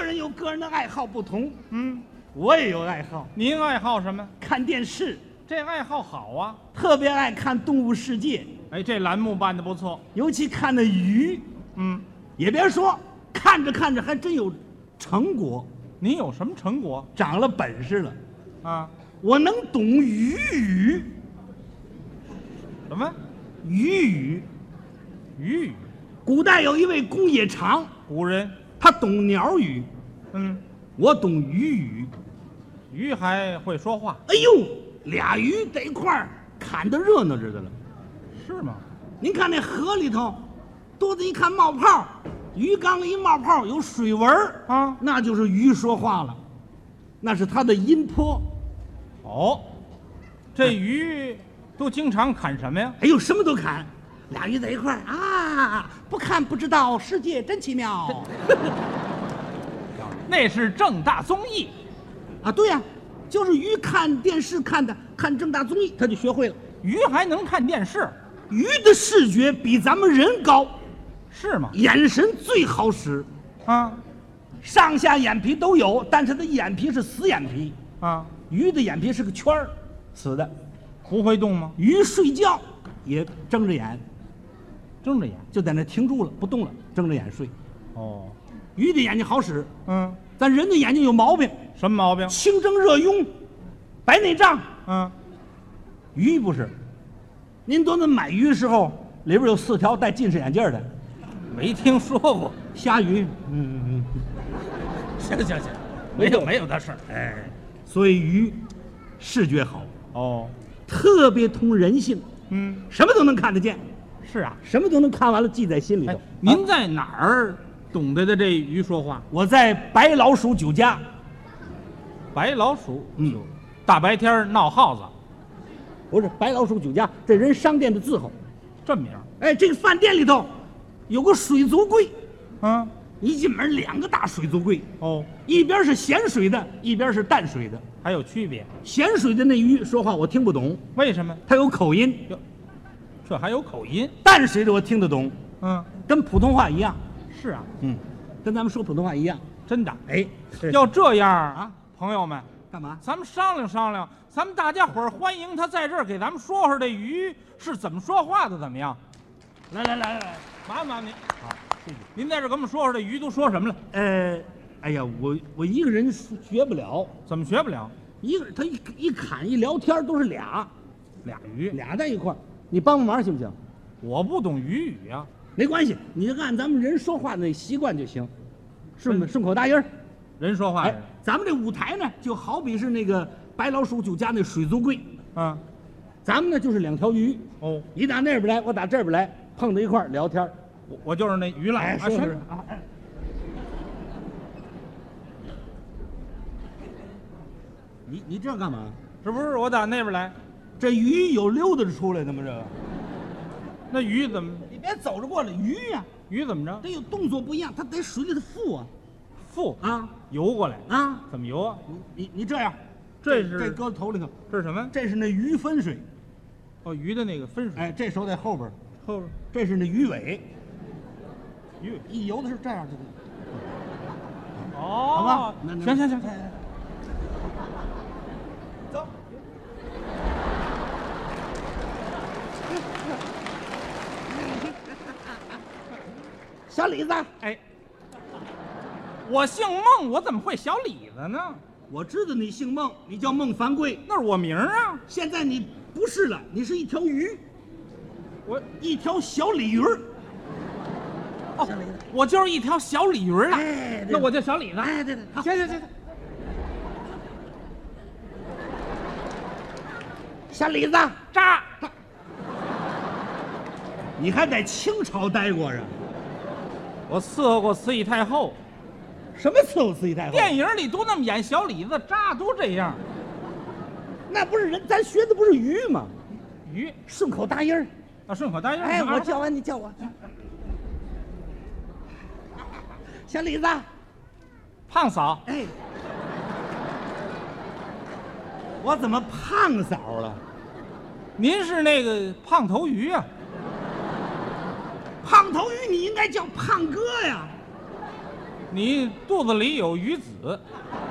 人有个人的爱好不同， 嗯， 我也有爱好， 您爱好什么？ 看电视， 这爱好好啊。 特别爱看《动物世界》， 哎，这栏目办得不错。 尤其看那鱼， 嗯， 也别说，看着看着还真有成果， 您有什么成果长了本事了。 啊？ 我能懂鱼语， 什么？ 鱼语。 鱼语？ 古代有一位公冶长， 古人？ 他懂鸟语， 嗯， 我懂鱼语。 鱼还会说话？ 哎呦，俩鱼在一块儿砍得热闹着的了。 是吗？ 您看那河里头，肚子一看冒泡，鱼缸里一冒泡有水纹儿啊， 那就是鱼说话了，那是它的音波。 哦，这鱼都经常砍什么呀？ 哎呦，什么都砍，俩鱼在一块儿啊，不看不知道，世界真奇妙。 那是正大综艺。 啊，对呀，就是鱼看电视看正大综艺，他就学会了。 鱼还能看电视？ 鱼的视觉比咱们人高， 是吗？ 眼神最好使， 啊上下眼皮都有，但是它眼皮是死眼皮， 啊， 鱼的眼皮是个圈儿，死的。 不会动吗？ 鱼睡觉也睁着眼， 睁着眼。 就在那停住了，不动了，睁着眼睡。 哦， 鱼的眼睛好使， 嗯， 咱人的眼睛有毛病， 什么毛病？ 清蒸热痈，白内障。 嗯， 鱼不是，您多那买鱼的时候，里边有4条戴近视眼镜的。 没听说过。 虾鱼， 行，没有的事儿。 哎，所以鱼视觉好， 哦， 特别通人性， 嗯， 什么都能看得见， 是啊。 什么都能看完了记在心里头。 哎，您在哪儿懂得的这鱼说话？ 我在白老鼠酒家， 白老鼠， 嗯， 大白天闹耗子， 不是白老鼠酒家，这人商店的字号。 这名儿。 哎，这个饭店里头有个水族柜， 嗯， 一进门2个大水族柜， 哦， 一边是咸水的，一边是淡水的。 还有区别？ 咸水的那鱼说话我听不懂， 为什么？ 它有口音； 这还有口音？ 淡水的我听得懂， 嗯， 跟普通话一样， 是啊， 跟咱们说普通话一样。 真的。 哎， 要这样啊， 朋友们， 干嘛？ 咱们商量商量，咱们大家伙儿欢迎他在这儿给咱们说说这鱼是怎么说话的，怎么样？来，麻烦您。好，谢谢。您在这儿给我们说说这鱼都说什么了？ 哎呀，我一个人学不了， 怎么学不了？ 一个人他一侃一聊天都是俩鱼， 俩在一块儿，你帮帮忙行不行？ 我不懂鱼语啊。 没关系，你就按咱们人说话那习惯就行，顺口答音儿。 人说话哎，咱们这舞台呢，就好比是那个白老鼠酒家那水族柜， 嗯， 咱们呢就是2条鱼， 哦， 你打那边来，我打这边来，碰到一块儿聊天儿。 我就是那鱼了。 哎，是啊，哎。你这干嘛？ 是不是我打那边来？ 这鱼有溜达着出来的吗？这个， 那鱼怎么？ 你别走着过来，鱼呀、 鱼怎么着？ 得有动作不一样，它得水里头浮啊腹啊游过来？ 啊！ 怎么游啊？ 你这样， 这是这搁头里头， 这是什么？ 这是那鱼分水， 哦，鱼的那个分水。 哎，这手在后边， 后边这是那鱼尾， 鱼。 一游的是这样的。 哦， 好吧那行， 走。小李子， 哎，我姓孟，我怎么会小李子呢？ 我知道你姓孟，你叫孟凡贵， 那是我名儿啊。 现在你不是了，你是一条鱼， 我一条小鲤鱼儿。 哦，我就是一条小鲤鱼了。 哎，对那我叫小李子。 哎，对，好， 行， 小李子， 扎。 你还在清朝待过啊？ 我伺候过慈禧太后， 什么伺候慈禧太后？ 电影里都那么演小李子，扎都这样。 那不是人，咱学的不是鱼吗？ 鱼顺口答音儿。 啊，顺口答应。 哎，我叫完你叫我。小李子， 胖嫂， 哎，我怎么胖嫂了？ 您是那个胖头鱼啊？ 胖头鱼，你应该叫胖哥呀。 你肚子里有鱼子。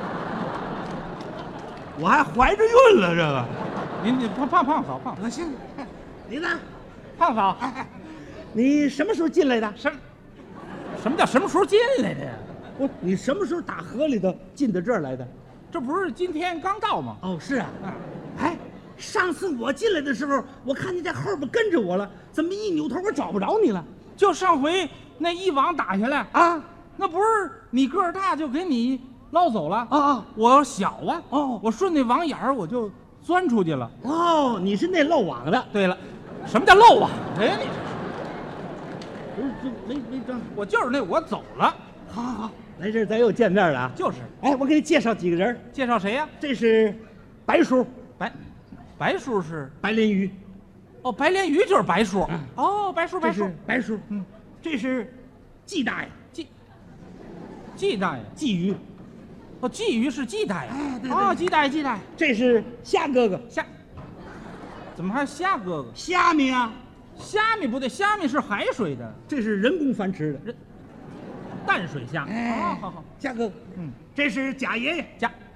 我还怀着孕了，这个。 你胖嫂，胖嫂， 行，你呢？ 胖嫂， 你什么时候进来的？ 什么叫什么时候进来的呀？ 你什么时候打河里头进到这儿来的？ 这不是今天刚到吗？ 哦，是啊。哎，上次我进来的时候，我看你在后边跟着我了，怎么一扭头我找不着你了？ 就上回那一网打下来啊， 那不是你个儿大就给你捞走了啊？ 我小啊， 哦， 我顺那网眼儿我就钻出去了。 哦，你是那漏网的。 对了，什么叫漏网呀？你不是这没装。 我就是那我走了。 好，来这儿咱又见面了啊。 就是。 哎，我给你介绍几个人。 介绍谁呀？ 这是白叔， 白叔是白鲢鱼。 哦，白鲢鱼就是白叔。哦，白叔。 这是白叔。这是季大爷。 季大爷。 鲫鱼。 哦，鲫鱼是季大爷。 哎，对。 哦，季大爷。 这是虾哥哥。 怎么还虾哥哥？ 虾米啊？ 虾米不对，虾米是海水的， 这是人工繁殖的淡水虾。 哎， 好， 虾哥哥。这是贾爷爷。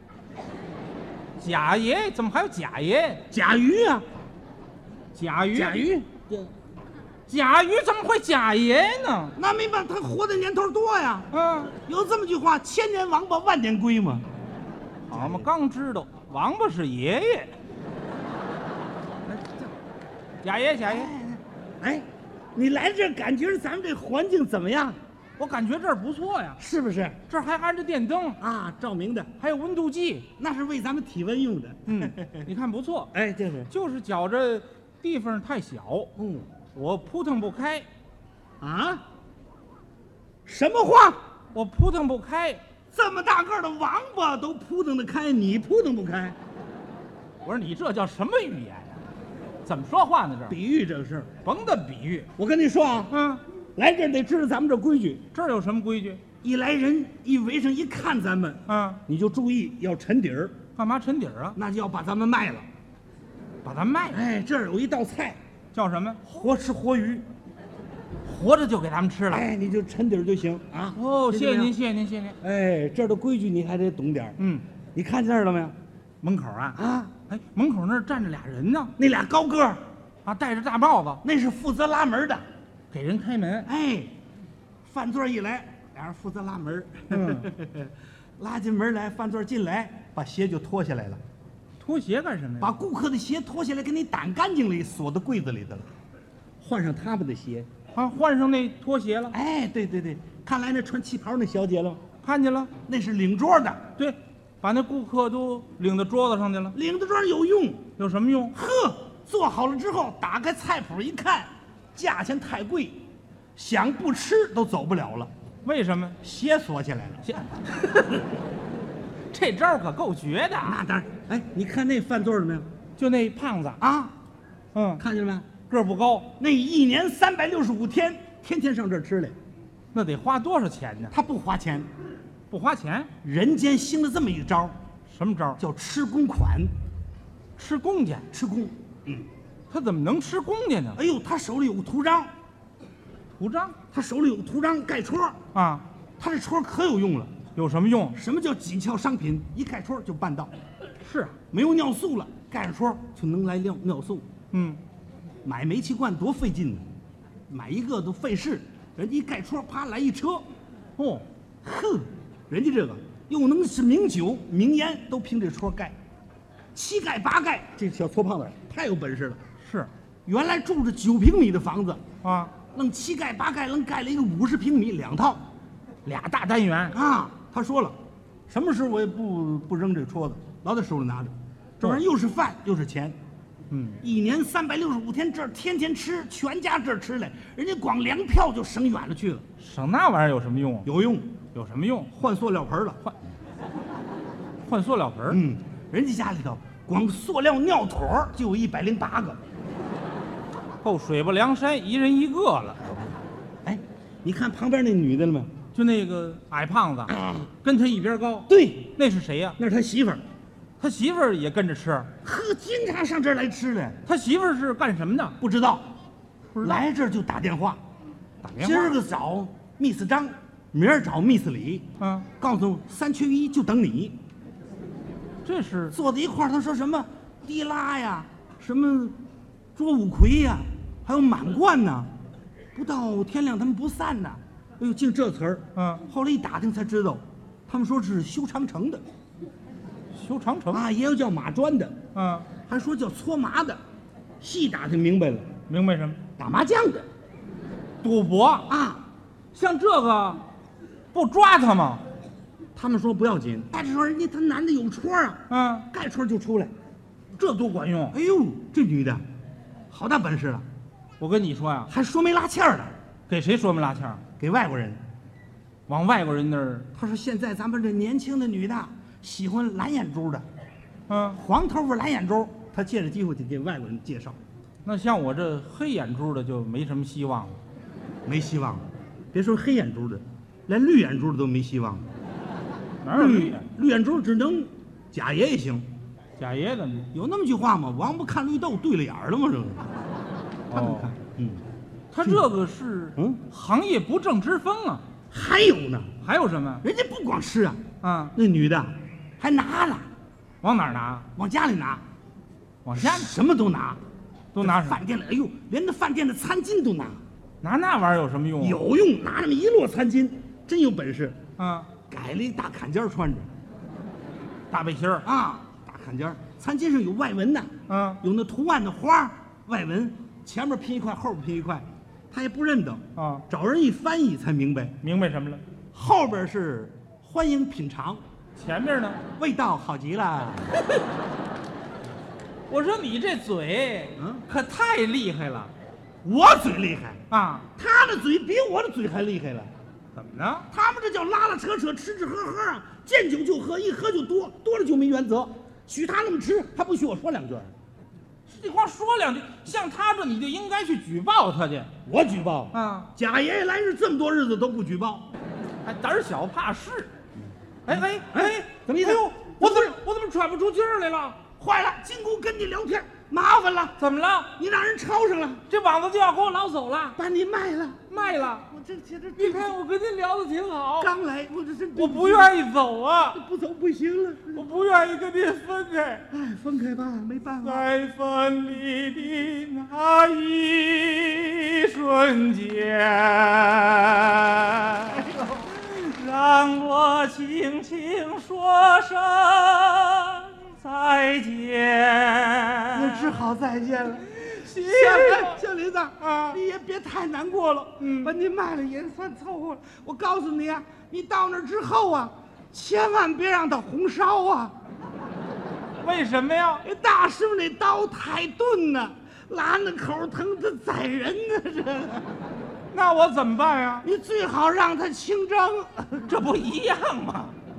贾爷爷怎么还有贾爷爷？ 甲鱼啊。 甲鱼。 对。 甲鱼怎么会贾爷爷呢？ 那没办法，他活的年头多呀。有这么句话：千年王八万年龟嘛。 好嘛，刚知道王八是爷爷。贾爷。 哎，你来这感觉咱们这环境怎么样？ 我感觉这儿不错呀。 是不是？ 这儿还安着电灯啊，照明的， 还有温度计， 那是为咱们体温用的。 你看不错。 哎， 就是觉着地方太小。我扑腾不开。 啊？什么话？ 我扑腾不开。 这么大个的王八都扑腾得开，你扑腾不开？ 我说你这叫什么语言呀？怎么说话呢？这比喻这个事儿， 甭的比喻。 我跟你说啊，来这儿得知道咱们这规矩。 这儿有什么规矩？ 一来人一围上一看咱们，你就注意要沉底儿。 干嘛沉底儿啊？ 那就要把咱们卖了。 把咱卖了？ 哎，这儿有一道菜， 叫什么？ 活吃活鱼， 活着就给咱们吃了。 哎，你就沉底儿就行啊。 哦，谢谢您。 哎，这儿的规矩你还得懂点儿。你看见了没有？ 门口啊。哎，门口那儿站着俩人呢。 那俩高个儿啊，戴着大帽子， 那是负责拉门的， 给人开门。 哎，饭座一来，俩人负责拉门。拉进门来，饭座进来，把鞋就脱下来了。 脱鞋干什么呀？ 把顾客的鞋脱下来，给你掸干净了，锁到柜子里头了，换上他们的鞋。 换上那拖鞋了。 哎，对，看来那穿旗袍那小姐了， 看见了， 那是领桌的。 对，把那顾客都领到桌子上去了。 领到桌上有用， 有什么用？ 呵，做好了之后，打开菜谱一看，价钱太贵，想不吃都走不了了。 为什么？ 鞋锁起来了。 这招可够绝的。 那当然。哎，你看那饭座了没有？ 就那胖子啊，看见了没？ 个儿不高， 那一年365天，天天上这儿吃来。 那得花多少钱呢？ 他不花钱。 不花钱？ 人间兴了这么一招。 什么招？ 叫吃公款。 吃公家？ 吃公。 他怎么能吃公家呢？ 哎呦，他手里有个图章。 图章？ 他手里有个图章，盖戳啊。 他这戳可有用了。 有什么用？ 什么叫紧俏商品？一盖戳就办到。 是啊， 没有尿素了，盖上戳就能来尿素。买煤气罐多费劲呢，买一个都费事。人家一盖戳，啪来一车。人家这个又能是名酒名烟，都凭这戳盖，7盖8盖。这小矬胖子太有本事了。 是， 原来住着9平米的房子啊， 弄7盖8盖，愣盖了一个50平米2套 ，2大单元啊。他说了，什么时候我也不扔这个戳子，老在手里拿着。这玩意儿又是饭又是钱。一年365天，这儿天天吃，全家这儿吃来，人家光粮票就省远了去了。 省那玩意儿有什么用？ 有用。 有什么用？ 换塑料盆了。 换塑料盆。 人家家里头光塑料尿坨就有108个， 够水泊梁山一人一个了。 哎，你看旁边那女的了没？ 就那个矮胖子，跟他一边高。 对， 那是谁呀？ 那是他媳妇儿。 他媳妇儿也跟着吃。 呵，经常上这儿来吃来。 他媳妇儿是干什么的？ 不知道。来这儿就打电话。今儿个早，Miss 张明儿找密斯里，告诉3缺1就等你。 这是坐在一块儿，他说什么迪拉呀，什么卓武奎呀，还有满贯呐，不到天亮他们不散呐。哎呦，净这词儿。后来一打听才知道，他们说是修长城的， 修长城啊，也有叫马砖的，还说叫搓麻的。细打听明白了， 明白什么？ 打麻将的， 赌博啊。 像这个不抓他吗？ 他们说不要紧，但是说人家他男的有戳啊，盖戳就出来， 这多管用！ 哎呦，这女的好大本事了。 我跟你说呀， 还说没拉欠儿的， 给谁说没拉欠儿？ 给外国人。 往外国人那儿， 他说现在咱们这年轻的女的喜欢蓝眼珠的，黄头发蓝眼珠，他借着机会就给外国人介绍。 那像我这黑眼珠的就没什么希望了， 没希望了。别说黑眼珠的，连绿眼珠的都没希望了。 哪有绿眼？ 绿眼珠只能贾爷也行。 贾爷怎么？ 有那么句话吗？王八看绿豆，对了眼儿了吗？这个。他们看， 他这个是行业不正之风啊。 还有呢， 还有什么？ 人家不光吃啊， 那女的还拿了， 往哪儿拿？ 往家里拿， 往家里什么都拿， 都拿什么？ 饭店里，哎呦，连那饭店的餐巾都拿。 拿那玩意儿有什么用？ 有用，拿那么一摞餐巾，真有本事。改了一大坎肩穿着， 大背心儿啊，大坎肩，餐巾上有外纹的，有那图案的花外纹，前面拼一块，后边拼一块，他也不认得啊， 找人一翻译才明白。 明白什么了？ 后边是欢迎品尝， 前面呢？ 味道好极了。 我说你这嘴，可太厉害了。 我嘴厉害啊， 他的嘴比我的嘴还厉害了。 怎么呢？ 他们这叫拉拉扯扯，吃吃喝喝啊，见酒就喝，一喝就多，多了就没原则。许他那么吃，还不许我说2句。 你光说2句，像他这你就应该去举报他去。 我举报啊！ 贾爷爷来日这么多日子都不举报， 还胆小怕事。哎， 怎么意思？ 哎呦，我怎么喘不出气儿来了？ 坏了，金姑跟你聊天麻烦了。 怎么了？ 你让人抄上了， 这网子就要给我捞走了， 把你卖了。 卖了。 我这你看我跟您聊的挺好， 刚来，我这我不愿意走啊， 不走不行了， 我不愿意跟您分开。 哎，分开吧，没办法。 在分离的那一瞬间，让我轻轻说声再见。 也只好再见了。小林子啊，你也别太难过了。把你卖了也算凑合了。我告诉你啊，你到那之后啊，千万别让它红烧啊。 为什么呀？ 大师傅那刀太钝呢，拉那口疼，它宰人呢。这个， 那我怎么办呀？ 你最好让它清蒸， 这不一样吗？